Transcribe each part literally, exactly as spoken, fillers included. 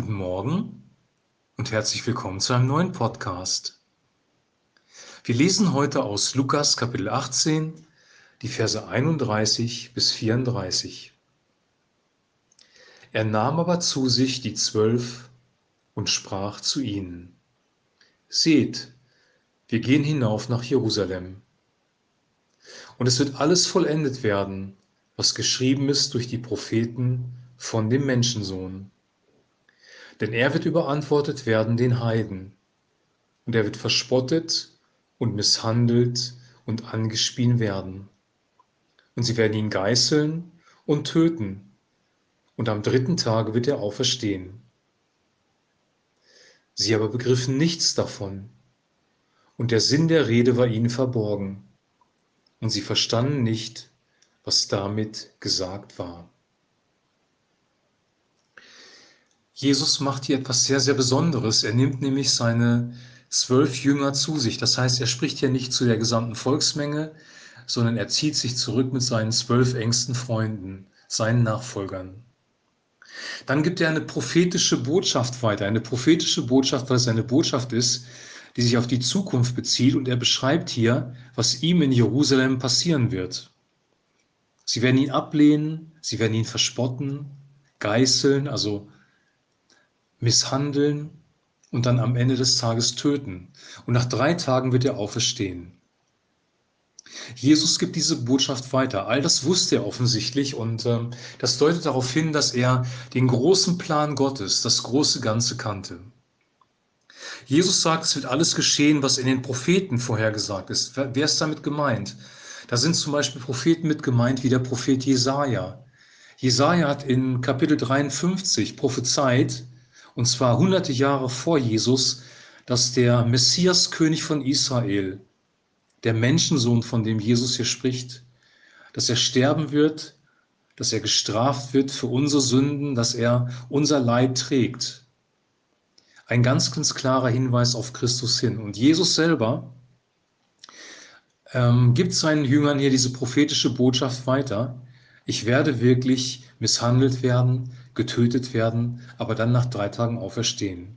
Guten Morgen und herzlich willkommen zu einem neuen Podcast. Wir lesen heute aus Lukas Kapitel achtzehn, die Verse einunddreißig bis vierunddreißig. Er nahm aber zu sich die Zwölf und sprach zu ihnen: Seht, wir gehen hinauf nach Jerusalem. Und es wird alles vollendet werden, was geschrieben ist durch die Propheten von dem Menschensohn. Denn er wird überantwortet werden den Heiden, und er wird verspottet und misshandelt und angespien werden. Und sie werden ihn geißeln und töten, und am dritten Tage wird er auferstehen. Sie aber begriffen nichts davon, und der Sinn der Rede war ihnen verborgen, und sie verstanden nicht, was damit gesagt war. Jesus macht hier etwas sehr, sehr Besonderes. Er nimmt nämlich seine zwölf Jünger zu sich. Das heißt, er spricht hier nicht zu der gesamten Volksmenge, sondern er zieht sich zurück mit seinen zwölf engsten Freunden, seinen Nachfolgern. Dann gibt er eine prophetische Botschaft weiter. Eine prophetische Botschaft, weil es eine Botschaft ist, die sich auf die Zukunft bezieht. Und er beschreibt hier, was ihm in Jerusalem passieren wird. Sie werden ihn ablehnen, sie werden ihn verspotten, geißeln, also misshandeln und dann am Ende des Tages töten. Und nach drei Tagen wird er auferstehen. Jesus gibt diese Botschaft weiter. All das wusste er offensichtlich und ähm, das deutet darauf hin, dass er den großen Plan Gottes, das große Ganze kannte. Jesus sagt, es wird alles geschehen, was in den Propheten vorhergesagt ist. Wer, wer ist damit gemeint? Da sind zum Beispiel Propheten mit gemeint wie der Prophet Jesaja. Jesaja hat in Kapitel dreiundfünfzig prophezeit, und zwar hunderte Jahre vor Jesus, dass der Messias, König von Israel, der Menschensohn, von dem Jesus hier spricht, dass er sterben wird, dass er gestraft wird für unsere Sünden, dass er unser Leid trägt. Ein ganz, ganz klarer Hinweis auf Christus hin. Und Jesus selber ähm, gibt seinen Jüngern hier diese prophetische Botschaft weiter. Ich werde wirklich misshandelt werden, getötet werden, aber dann nach drei Tagen auferstehen.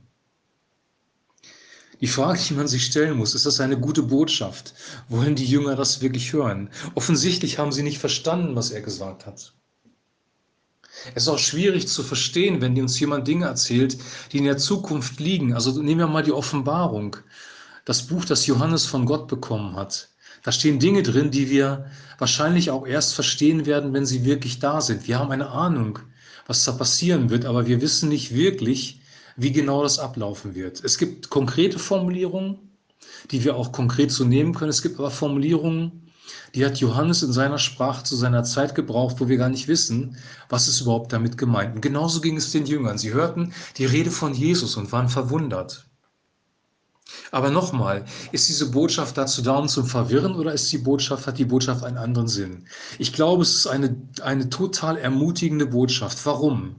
Die Frage, die man sich stellen muss, ist das eine gute Botschaft? Wollen die Jünger das wirklich hören? Offensichtlich haben sie nicht verstanden, was er gesagt hat. Es ist auch schwierig zu verstehen, wenn uns jemand Dinge erzählt, die in der Zukunft liegen. Also nehmen wir mal die Offenbarung, das Buch, das Johannes von Gott bekommen hat. Da stehen Dinge drin, die wir wahrscheinlich auch erst verstehen werden, wenn sie wirklich da sind. Wir haben eine Ahnung, was da passieren wird, aber wir wissen nicht wirklich, wie genau das ablaufen wird. Es gibt konkrete Formulierungen, die wir auch konkret so nehmen können. Es gibt aber Formulierungen, die hat Johannes in seiner Sprache zu seiner Zeit gebraucht, wo wir gar nicht wissen, was ist überhaupt damit gemeint. Und genauso ging es den Jüngern. Sie hörten die Rede von Jesus und waren verwundert. Aber nochmal, ist diese Botschaft dazu da, um zu verwirren, oder ist die Botschaft, hat die Botschaft einen anderen Sinn? Ich glaube, es ist eine, eine total ermutigende Botschaft. Warum?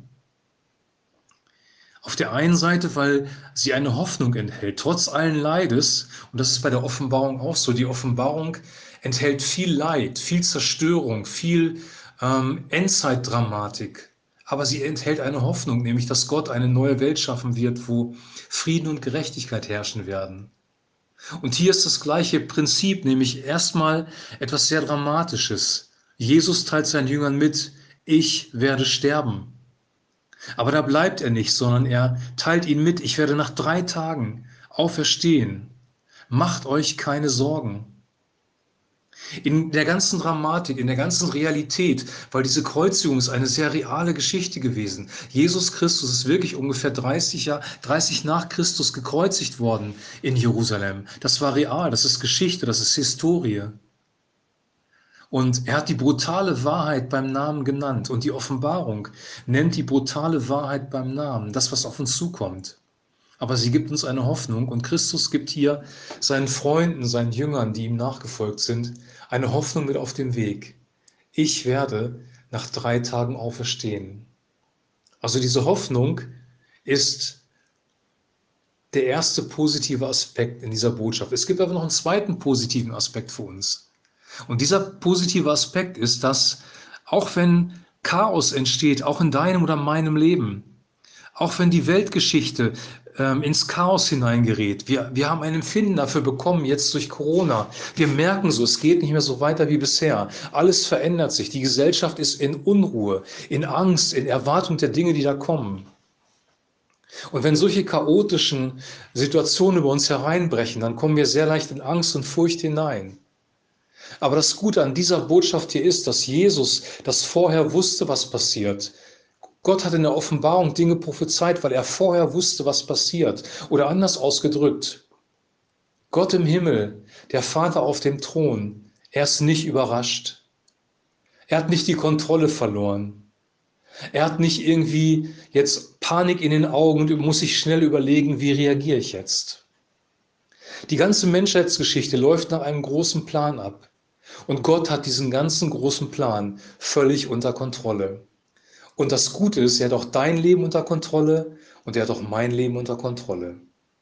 Auf der einen Seite, weil sie eine Hoffnung enthält, trotz allen Leides, und das ist bei der Offenbarung auch so, die Offenbarung enthält viel Leid, viel Zerstörung, viel ähm, Endzeitdramatik, aber sie enthält eine Hoffnung, nämlich dass Gott eine neue Welt schaffen wird, wo Frieden und Gerechtigkeit herrschen werden. Und hier ist das gleiche Prinzip, nämlich erstmal etwas sehr Dramatisches. Jesus teilt seinen Jüngern mit: Ich werde sterben. Aber da bleibt er nicht, sondern er teilt ihnen mit: Ich werde nach drei Tagen auferstehen. Macht euch keine Sorgen. In der ganzen Dramatik, in der ganzen Realität, weil diese Kreuzigung ist eine sehr reale Geschichte gewesen. Jesus Christus ist wirklich ungefähr dreißig Jahre, dreißig nach Christus gekreuzigt worden in Jerusalem. Das war real, das ist Geschichte, das ist Historie. Und er hat die brutale Wahrheit beim Namen genannt. Und die Offenbarung nennt die brutale Wahrheit beim Namen, das, was auf uns zukommt. Aber sie gibt uns eine Hoffnung, und Christus gibt hier seinen Freunden, seinen Jüngern, die ihm nachgefolgt sind, eine Hoffnung mit auf den Weg. Ich werde nach drei Tagen auferstehen. Also diese Hoffnung ist der erste positive Aspekt in dieser Botschaft. Es gibt aber noch einen zweiten positiven Aspekt für uns. Und dieser positive Aspekt ist, dass auch wenn Chaos entsteht, auch in deinem oder meinem Leben, Auch wenn die Weltgeschichte ähm, ins Chaos hineingerät. Wir, wir haben ein Empfinden dafür bekommen, jetzt durch Corona. Wir merken so, es geht nicht mehr so weiter wie bisher. Alles verändert sich. Die Gesellschaft ist in Unruhe, in Angst, in Erwartung der Dinge, die da kommen. Und wenn solche chaotischen Situationen über uns hereinbrechen, dann kommen wir sehr leicht in Angst und Furcht hinein. Aber das Gute an dieser Botschaft hier ist, dass Jesus das vorher wusste, was passiert. Gott hat in der Offenbarung Dinge prophezeit, weil er vorher wusste, was passiert. Oder anders ausgedrückt, Gott im Himmel, der Vater auf dem Thron, er ist nicht überrascht. Er hat nicht die Kontrolle verloren. Er hat nicht irgendwie jetzt Panik in den Augen und muss sich schnell überlegen, wie reagiere ich jetzt. Die ganze Menschheitsgeschichte läuft nach einem großen Plan ab. Und Gott hat diesen ganzen großen Plan völlig unter Kontrolle. Und das Gute ist, er hat auch dein Leben unter Kontrolle und er hat auch mein Leben unter Kontrolle.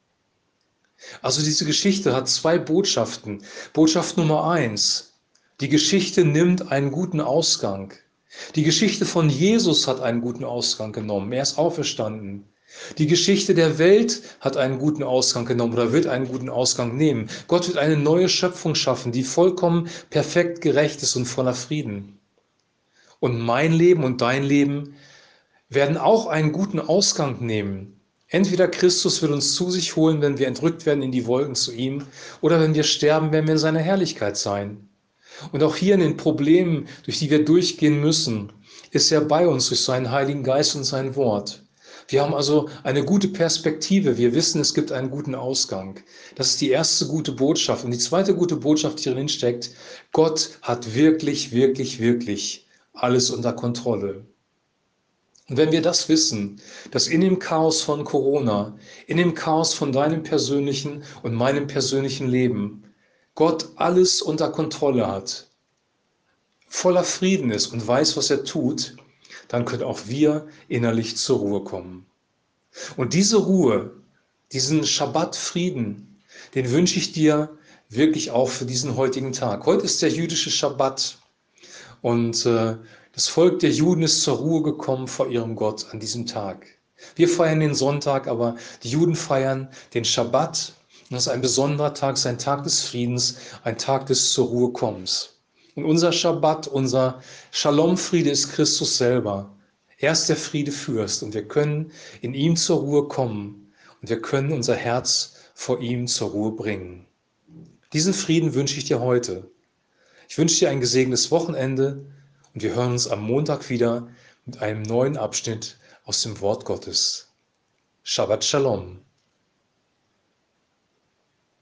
Also diese Geschichte hat zwei Botschaften. Botschaft Nummer eins, die Geschichte nimmt einen guten Ausgang. Die Geschichte von Jesus hat einen guten Ausgang genommen. Er ist auferstanden. Die Geschichte der Welt hat einen guten Ausgang genommen oder wird einen guten Ausgang nehmen. Gott wird eine neue Schöpfung schaffen, die vollkommen perfekt gerecht ist und voller Frieden. Und mein Leben und dein Leben werden auch einen guten Ausgang nehmen. Entweder Christus wird uns zu sich holen, wenn wir entrückt werden in die Wolken zu ihm, oder wenn wir sterben, werden wir in seiner Herrlichkeit sein. Und auch hier in den Problemen, durch die wir durchgehen müssen, ist er bei uns durch seinen Heiligen Geist und sein Wort. Wir haben also eine gute Perspektive. Wir wissen, es gibt einen guten Ausgang. Das ist die erste gute Botschaft. Und die zweite gute Botschaft, die darin steckt, Gott hat wirklich, wirklich, wirklich alles unter Kontrolle. Und wenn wir das wissen, dass in dem Chaos von Corona, in dem Chaos von deinem persönlichen und meinem persönlichen Leben, Gott alles unter Kontrolle hat, voller Frieden ist und weiß, was er tut, dann können auch wir innerlich zur Ruhe kommen. Und diese Ruhe, diesen Schabbat-Frieden, den wünsche ich dir wirklich auch für diesen heutigen Tag. Heute ist der jüdische Schabbat und äh, das Volk der Juden ist zur Ruhe gekommen vor ihrem Gott an diesem Tag. Wir feiern den Sonntag, aber die Juden feiern den Schabbat. Und das ist ein besonderer Tag, ist ein Tag des Friedens, ein Tag des zur Ruhe kommens. Und unser Schabbat, unser Shalom-Friede ist Christus selber. Er ist der Friedefürst und wir können in ihm zur Ruhe kommen und wir können unser Herz vor ihm zur Ruhe bringen. Diesen Frieden wünsche ich dir heute. Ich wünsche dir ein gesegnetes Wochenende und wir hören uns am Montag wieder mit einem neuen Abschnitt aus dem Wort Gottes. Shabbat Shalom.